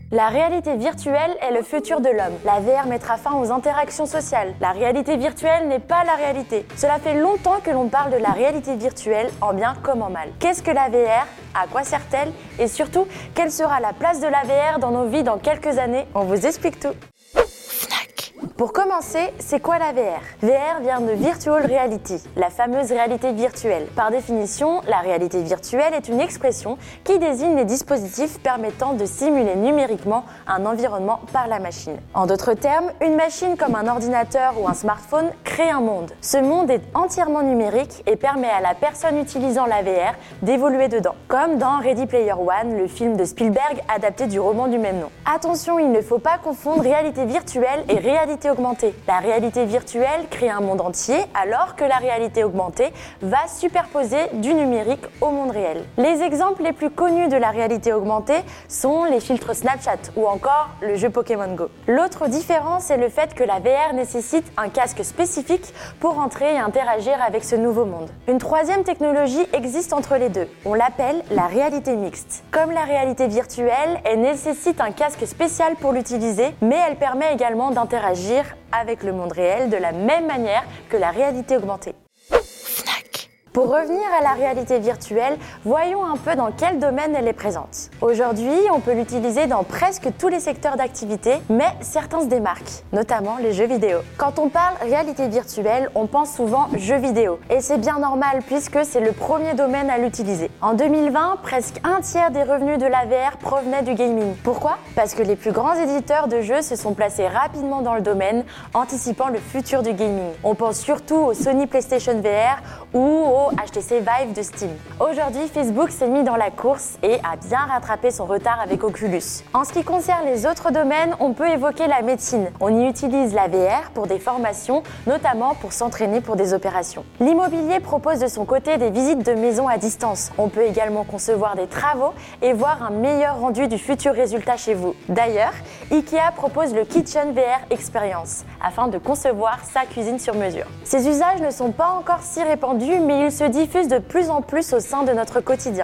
La réalité virtuelle est le futur de l'homme. La VR mettra fin aux interactions sociales. La réalité virtuelle n'est pas la réalité. Cela fait longtemps que l'on parle de la réalité virtuelle, en bien comme en mal. Qu'est-ce que la VR ? À quoi sert-elle ? Et surtout, quelle sera la place de la VR dans nos vies dans quelques années ? On vous explique tout. Pour commencer, c'est quoi la VR ? VR vient de Virtual Reality, la fameuse réalité virtuelle. Par définition, la réalité virtuelle est une expression qui désigne les dispositifs permettant de simuler numériquement un environnement par la machine. En d'autres termes, une machine comme un ordinateur ou un smartphone crée un monde. Ce monde est entièrement numérique et permet à la personne utilisant la VR d'évoluer dedans. Comme dans Ready Player One, le film de Spielberg adapté du roman du même nom. Attention, il ne faut pas confondre réalité virtuelle et réalité augmentée. La réalité virtuelle crée un monde entier alors que la réalité augmentée va superposer du numérique au monde réel. Les exemples les plus connus de la réalité augmentée sont les filtres Snapchat ou encore le jeu Pokémon Go. L'autre différence est le fait que la VR nécessite un casque spécifique pour entrer et interagir avec ce nouveau monde. Une troisième technologie existe entre les deux. On l'appelle la réalité mixte. Comme la réalité virtuelle, elle nécessite un casque spécial pour l'utiliser, mais elle permet également d'interagir avec le monde réel de la même manière que la réalité augmentée. Pour revenir à la réalité virtuelle, voyons un peu dans quel domaine elle est présente. Aujourd'hui, on peut l'utiliser dans presque tous les secteurs d'activité, mais certains se démarquent, notamment les jeux vidéo. Quand on parle réalité virtuelle, on pense souvent jeux vidéo. Et c'est bien normal puisque c'est le premier domaine à l'utiliser. En 2020, presque un tiers des revenus de la VR provenaient du gaming. Pourquoi ? Parce que les plus grands éditeurs de jeux se sont placés rapidement dans le domaine, anticipant le futur du gaming. On pense surtout au Sony PlayStation VR ou au HTC Vive de Steam. Aujourd'hui, Facebook s'est mis dans la course et a bien rattrapé son retard avec Oculus. En ce qui concerne les autres domaines, on peut évoquer la médecine. On y utilise la VR pour des formations, notamment pour s'entraîner pour des opérations. L'immobilier propose de son côté des visites de maisons à distance. On peut également concevoir des travaux et voir un meilleur rendu du futur résultat chez vous. D'ailleurs, IKEA propose le Kitchen VR Experience afin de concevoir sa cuisine sur mesure. Ces usages ne sont pas encore si répandus, mais ils se diffusent de plus en plus au sein de notre quotidien.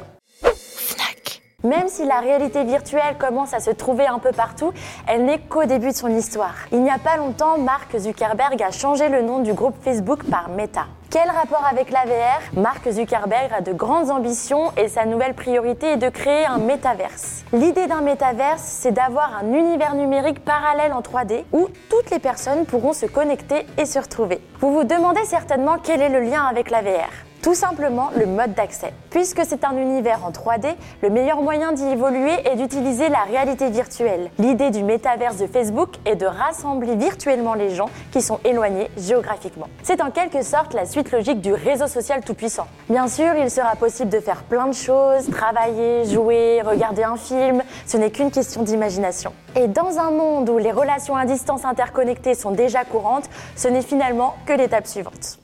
Même si la réalité virtuelle commence à se trouver un peu partout, elle n'est qu'au début de son histoire. Il n'y a pas longtemps, Mark Zuckerberg a changé le nom du groupe Facebook par Meta. Quel rapport avec la VR ? Mark Zuckerberg a de grandes ambitions et sa nouvelle priorité est de créer un métaverse. L'idée d'un métaverse, c'est d'avoir un univers numérique parallèle en 3D où toutes les personnes pourront se connecter et se retrouver. Vous vous demandez certainement quel est le lien avec la VR ? Tout simplement le mode d'accès. Puisque c'est un univers en 3D, le meilleur moyen d'y évoluer est d'utiliser la réalité virtuelle. L'idée du métaverse de Facebook est de rassembler virtuellement les gens qui sont éloignés géographiquement. C'est en quelque sorte la suite logique du réseau social tout-puissant. Bien sûr, il sera possible de faire plein de choses, travailler, jouer, regarder un film, ce n'est qu'une question d'imagination. Et dans un monde où les relations à distance interconnectées sont déjà courantes, ce n'est finalement que l'étape suivante.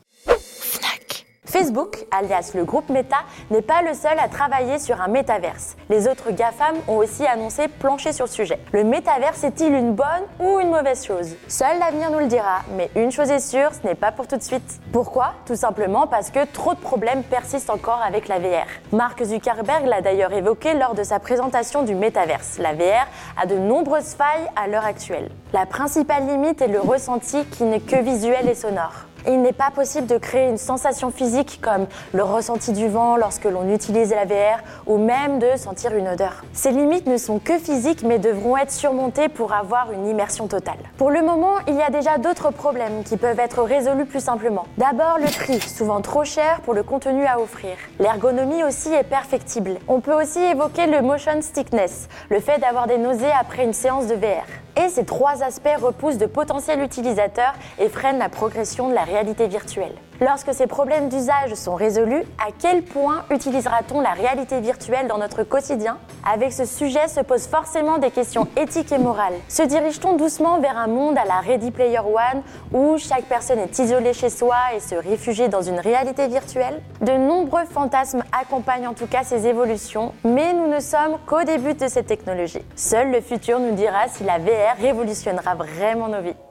Facebook, alias le groupe Meta, n'est pas le seul à travailler sur un métaverse. Les autres GAFAM ont aussi annoncé plancher sur le sujet. Le métaverse est-il une bonne ou une mauvaise chose ? Seul l'avenir nous le dira, mais une chose est sûre, ce n'est pas pour tout de suite. Pourquoi ? Tout simplement parce que trop de problèmes persistent encore avec la VR. Mark Zuckerberg l'a d'ailleurs évoqué lors de sa présentation du métaverse. La VR a de nombreuses failles à l'heure actuelle. La principale limite est le ressenti qui n'est que visuel et sonore. Il n'est pas possible de créer une sensation physique comme le ressenti du vent lorsque l'on utilise la VR ou même de sentir une odeur. Ces limites ne sont que physiques mais devront être surmontées pour avoir une immersion totale. Pour le moment, il y a déjà d'autres problèmes qui peuvent être résolus plus simplement. D'abord, le prix, souvent trop cher pour le contenu à offrir. L'ergonomie aussi est perfectible. On peut aussi évoquer le motion sickness, le fait d'avoir des nausées après une séance de VR. Et ces trois aspects repoussent de potentiels utilisateurs et freinent la progression de la réalité virtuelle. Lorsque ces problèmes d'usage sont résolus, à quel point utilisera-t-on la réalité virtuelle dans notre quotidien ? Avec ce sujet se posent forcément des questions éthiques et morales. Se dirige-t-on doucement vers un monde à la Ready Player One où chaque personne est isolée chez soi et se réfugie dans une réalité virtuelle ? De nombreux fantasmes accompagnent en tout cas ces évolutions, mais nous ne sommes qu'au début de cette technologie. Seul le futur nous dira si la VR révolutionnera vraiment nos vies.